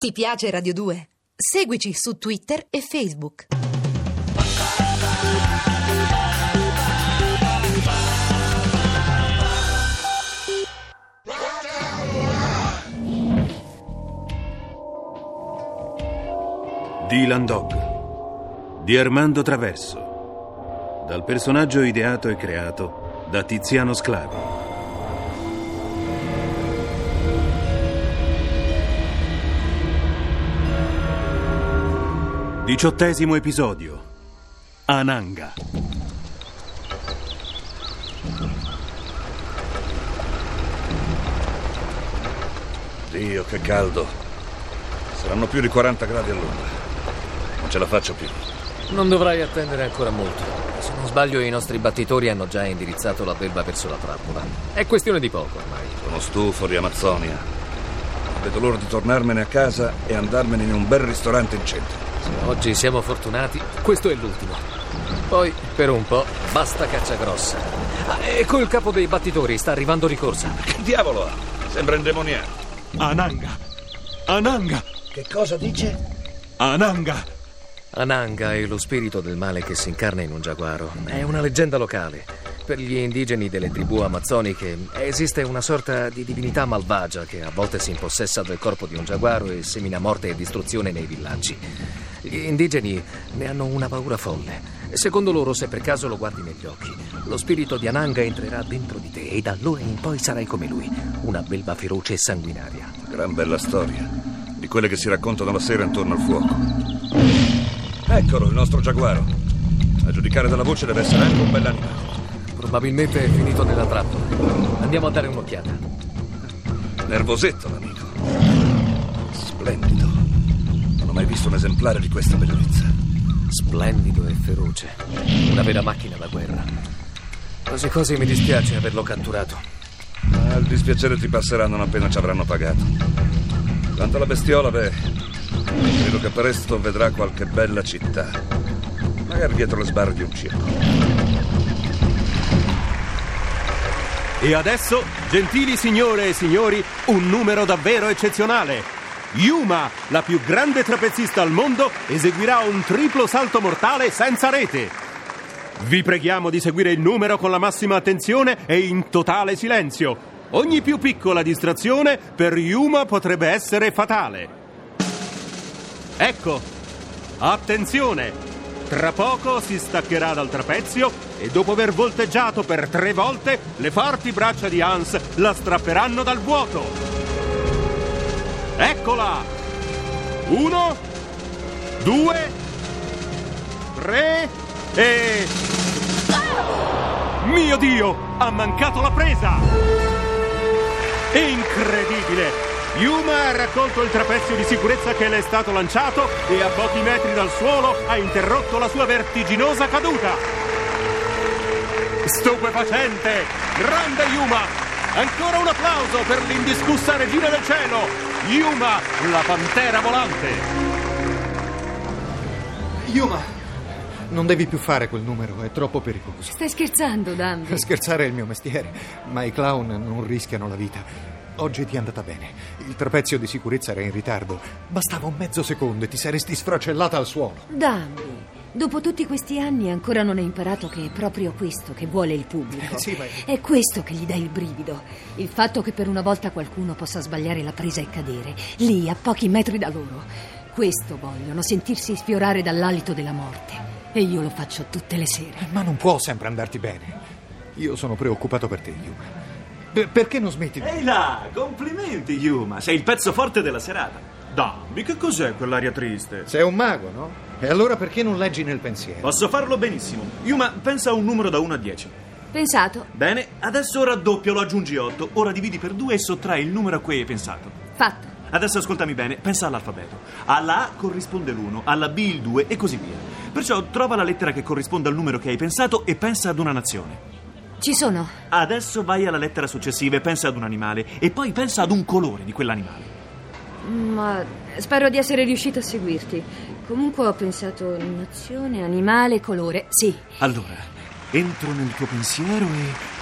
Ti piace Radio 2? Seguici su Twitter e Facebook. Dylan Dog di Armando Traverso, dal personaggio ideato e creato da Tiziano Sclavi. 18° episodio. Ananga. Dio, che caldo. Saranno più di 40 gradi all'ombra. Non ce la faccio più. Non dovrai attendere ancora molto. Se non sbaglio, i nostri battitori hanno già indirizzato la belva verso la trappola. È questione di poco ormai. Sono stufo di Amazzonia. Vedo l'ora di tornarmene a casa e andarmene in un bel ristorante in centro. Se oggi siamo fortunati, questo è l'ultimo. Poi, per un po', basta caccia grossa. Ecco il capo dei battitori, sta arrivando di corsa. Che diavolo ha? Sembra indemoniato. Ananga. Ananga. Che cosa dice? Ananga. Ananga è lo spirito del male che si incarna in un giaguaro. È una leggenda locale. Per gli indigeni delle tribù amazzoniche esiste una sorta di divinità malvagia che a volte si impossessa del corpo di un giaguaro e semina morte e distruzione nei villaggi. Gli indigeni ne hanno una paura folle. Secondo loro, se per caso lo guardi negli occhi, lo spirito di Ananga entrerà dentro di te e da allora in poi sarai come lui, una belva feroce e sanguinaria. Gran bella storia. Di quelle che si raccontano la sera intorno al fuoco. Eccolo, il nostro giaguaro. A giudicare dalla voce deve essere anche un bell'animale. Probabilmente è finito nella trappola. Andiamo a dare un'occhiata. Nervosetto l'amico. Splendido. Non ho mai visto un esemplare di questa bellezza. Splendido e feroce. Una vera macchina da guerra. Quasi quasi mi dispiace averlo catturato. Ma il dispiacere ti passerà non appena ci avranno pagato. Quanto alla bestiola, credo che presto vedrà qualche bella città. Magari dietro le sbarre di un circo. E adesso, gentili signore e signori, un numero davvero eccezionale. Yuma, la più grande trapezista al mondo, eseguirà un triplo salto mortale senza rete. Vi preghiamo di seguire il numero con la massima attenzione e in totale silenzio. Ogni più piccola distrazione per Yuma potrebbe essere fatale. Ecco, attenzione! Tra poco si staccherà dal trapezio e dopo aver volteggiato per 3 volte, le forti braccia di Hans la strapperanno dal vuoto. Eccola! 1, 2, 3 e... Mio Dio! Ha mancato la presa! Incredibile! Yuma ha raccolto il trapezio di sicurezza che le è stato lanciato e a pochi metri dal suolo ha interrotto la sua vertiginosa caduta. Stupefacente! Grande Yuma! Ancora un applauso per l'indiscussa regina del cielo, Yuma, la pantera volante. Yuma, non devi più fare quel numero, è troppo pericoloso. Stai scherzando, Dandy? Scherzare è il mio mestiere, ma i clown non rischiano la vita. Oggi ti è andata bene. Il trapezio di sicurezza era in ritardo. Bastava un mezzo secondo e ti saresti sfracellata al suolo. Dandy, dopo tutti questi anni ancora non hai imparato che è proprio questo che vuole il pubblico. Sì, ma... È questo che gli dà il brivido. Il fatto che per una volta qualcuno possa sbagliare la presa e cadere, lì a pochi metri da loro. Questo vogliono, sentirsi sfiorare dall'alito della morte. E io lo faccio tutte le sere. Ma non può sempre andarti bene. Io sono preoccupato per te, Yuma. Perché non smetti? Ehi là, complimenti Yuma, sei il pezzo forte della serata. Dammi, che cos'è quell'aria triste? Sei un mago, no? E allora perché non leggi nel pensiero? Posso farlo benissimo. Yuma, pensa a un numero da 1 a 10. Pensato? Bene, adesso raddoppio, lo aggiungi 8. Ora dividi per 2 e sottrai il numero a cui hai pensato. Fatto. Adesso ascoltami bene, pensa all'alfabeto. Alla A corrisponde l'1, alla B il 2 e così via. Perciò trova la lettera che corrisponde al numero che hai pensato e pensa ad una nazione. Ci sono. Adesso vai alla lettera successiva e pensa ad un animale e poi pensa ad un colore di quell'animale. Ma spero di essere riuscito a seguirti. Comunque ho pensato nazione, animale, colore. Sì. Allora, entro nel tuo pensiero e...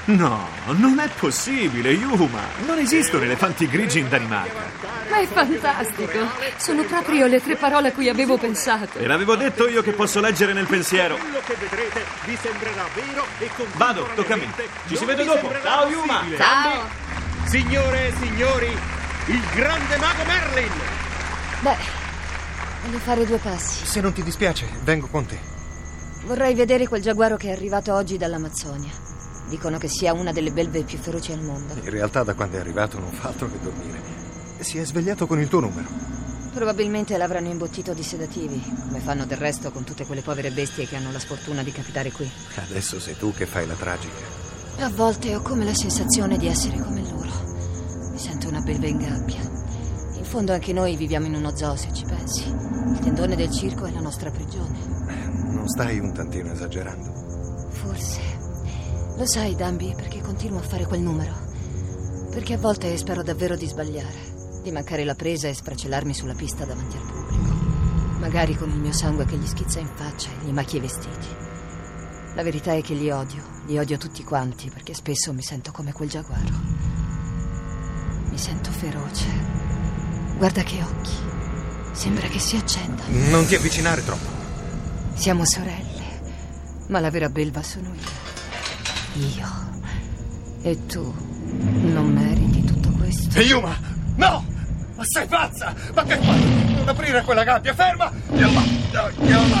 No, non è possibile, Yuma. Non esistono elefanti grigi in Danimarca. Ma è fantastico. Sono proprio le 3 parole a cui avevo pensato. E l'avevo detto io che posso leggere nel pensiero. Quello che vedrete vi sembrerà vero e Vado, tocca a me. Ci si vede dopo. Ciao, Yuma. Ciao. Signore e signori, il grande mago Merlin! Beh, voglio fare 2 passi. Se non ti dispiace, vengo con te. Vorrei vedere quel giaguaro che è arrivato oggi dall'Amazzonia. Dicono che sia una delle belve più feroci al mondo. In realtà da quando è arrivato non fa altro che dormire. Si è svegliato con il tuo numero. Probabilmente l'avranno imbottito di sedativi, come fanno del resto con tutte quelle povere bestie che hanno la sfortuna di capitare qui. Adesso sei tu che fai la tragica. A volte ho come la sensazione di essere come loro. Mi sento una belva in gabbia. In fondo anche noi viviamo in uno zoo, se ci pensi. Il tendone del circo è la nostra prigione. Non stai un tantino esagerando? Forse. Lo sai, Danby, perché continuo a fare quel numero? Perché a volte spero davvero di sbagliare, di mancare la presa e sfracellarmi sulla pista davanti al pubblico. Magari con il mio sangue che gli schizza in faccia e gli macchia i vestiti. La verità è che li odio tutti quanti, perché spesso mi sento come quel giaguaro. Mi sento feroce. Guarda che occhi. Sembra che si accendano. Non ti avvicinare troppo. Siamo sorelle, ma la vera belva sono io. E tu non meriti tutto questo. Yuma! No! Ma sei pazza! Ma che fai? Non aprire quella gabbia, ferma! Yuma! Yuma!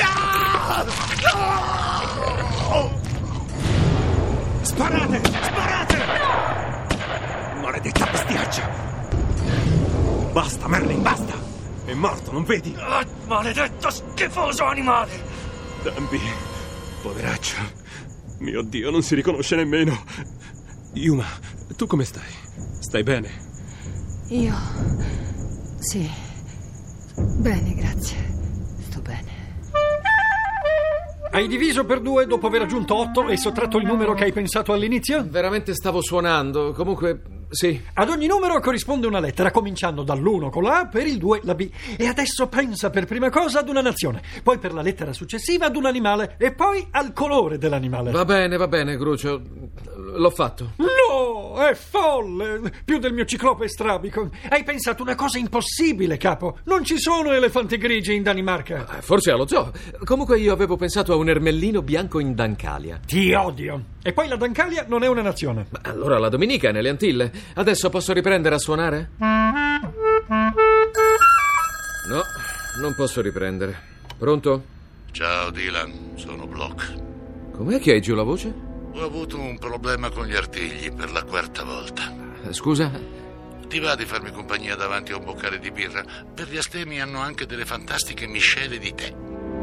Sparate! Sparate! Maledetta bestiaccia! Basta, Merlin, basta! È morto, non vedi? Maledetto schifoso animale! Danby, poveraccio. Mio Dio, non si riconosce nemmeno. Yuma, tu come stai? Stai bene? Io... sì. Bene, grazie. Sto bene. Hai diviso per 2 dopo aver aggiunto 8 e sottratto il numero che hai pensato all'inizio? Veramente stavo suonando. Comunque, sì. Ad ogni numero corrisponde una lettera, cominciando dall'1 con la A, per il 2 la B. E adesso pensa per prima cosa ad una nazione, poi per la lettera successiva ad un animale e poi al colore dell'animale. Va bene, Grucio. L'ho fatto. No, è folle! Più del mio ciclope strabico. Hai pensato una cosa impossibile, capo. Non ci sono elefanti grigi in Danimarca. Forse allo zoo. Comunque io avevo pensato a un ermellino bianco in Dancalia. Ti odio. E poi la Dancalia non è una nazione. Ma allora la Dominica è nelle Antille. Adesso posso riprendere a suonare? No, non posso riprendere. Pronto? Ciao Dylan, sono Block. Com'è che hai giù la voce? Ho avuto un problema con gli artigli per la 4ª volta. Scusa? Ti va di farmi compagnia davanti a un boccale di birra? Per gli astemi hanno anche delle fantastiche miscele di tè.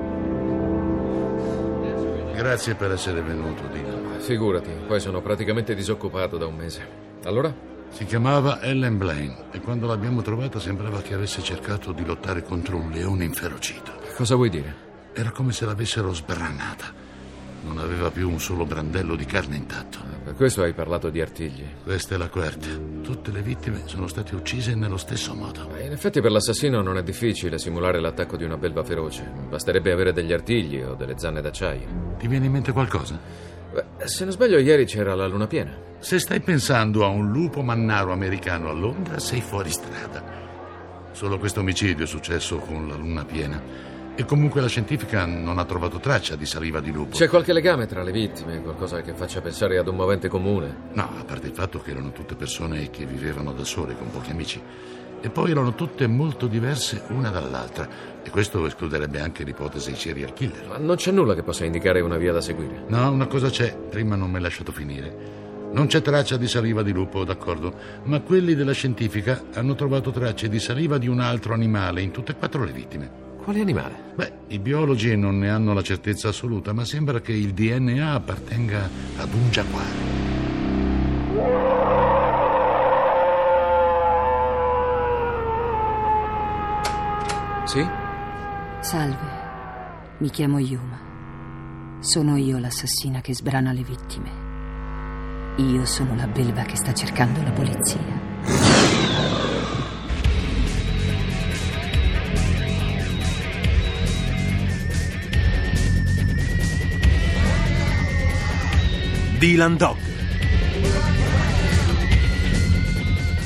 Grazie per essere venuto, Dylan. Figurati, poi sono praticamente disoccupato da un mese. Allora? Si chiamava Ellen Blaine e quando l'abbiamo trovata sembrava che avesse cercato di lottare contro un leone inferocito. Cosa vuoi dire? Era come se l'avessero sbranata. Non aveva più un solo brandello di carne intatto. Per questo hai parlato di artigli. Questa è la 4ª. Tutte le vittime sono state uccise nello stesso modo. In effetti per l'assassino non è difficile simulare l'attacco di una belva feroce. Basterebbe avere degli artigli o delle zanne d'acciaio. Ti viene in mente qualcosa? Beh, se non sbaglio ieri c'era la luna piena. Se stai pensando a un lupo mannaro americano a Londra, sei fuori strada. Solo questo omicidio è successo con la luna piena. E comunque la scientifica non ha trovato traccia di saliva di lupo. C'è qualche legame tra le vittime? Qualcosa che faccia pensare ad un movente comune? No, a parte il fatto che erano tutte persone che vivevano da sole con pochi amici. E poi erano tutte molto diverse una dall'altra. E questo escluderebbe anche l'ipotesi serial killer. Ma non c'è nulla che possa indicare una via da seguire? No, una cosa c'è. Prima non mi hai lasciato finire. Non c'è traccia di saliva di lupo, d'accordo, ma quelli della scientifica hanno trovato tracce di saliva di un altro animale in tutte e 4 le vittime. Quale animale? Beh, i biologi non ne hanno la certezza assoluta, ma sembra che il DNA appartenga ad un giaguaro. Sì? Salve, mi chiamo Yuma. Sono io l'assassina che sbrana le vittime. Io sono la belva che sta cercando la polizia. Dylan Dog,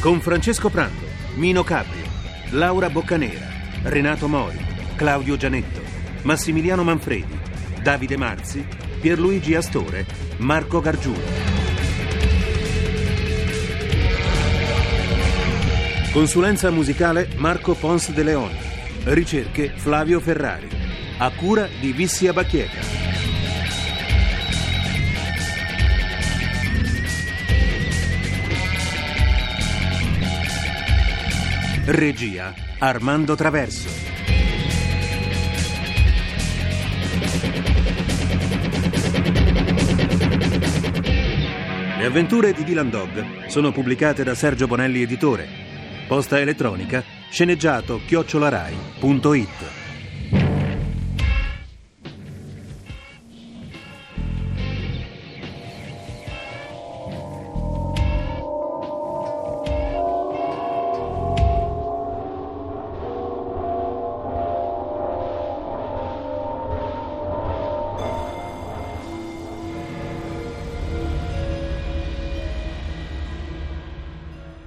con Francesco Prando, Mino Caprio, Laura Boccanera, Renato Mori, Claudio Gianetto, Massimiliano Manfredi, Davide Marzi, Pierluigi Astore, Marco Gargiulo. Consulenza musicale Marco Pons de Leon. Ricerche Flavio Ferrari. A cura di Vissia Bacchieta. Regia Armando Traverso. Le avventure di Dylan Dog sono pubblicate da Sergio Bonelli Editore. Posta elettronica sceneggiato@rai.it.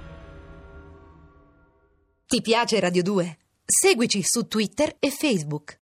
Ti piace Radio 2? Seguici su Twitter e Facebook.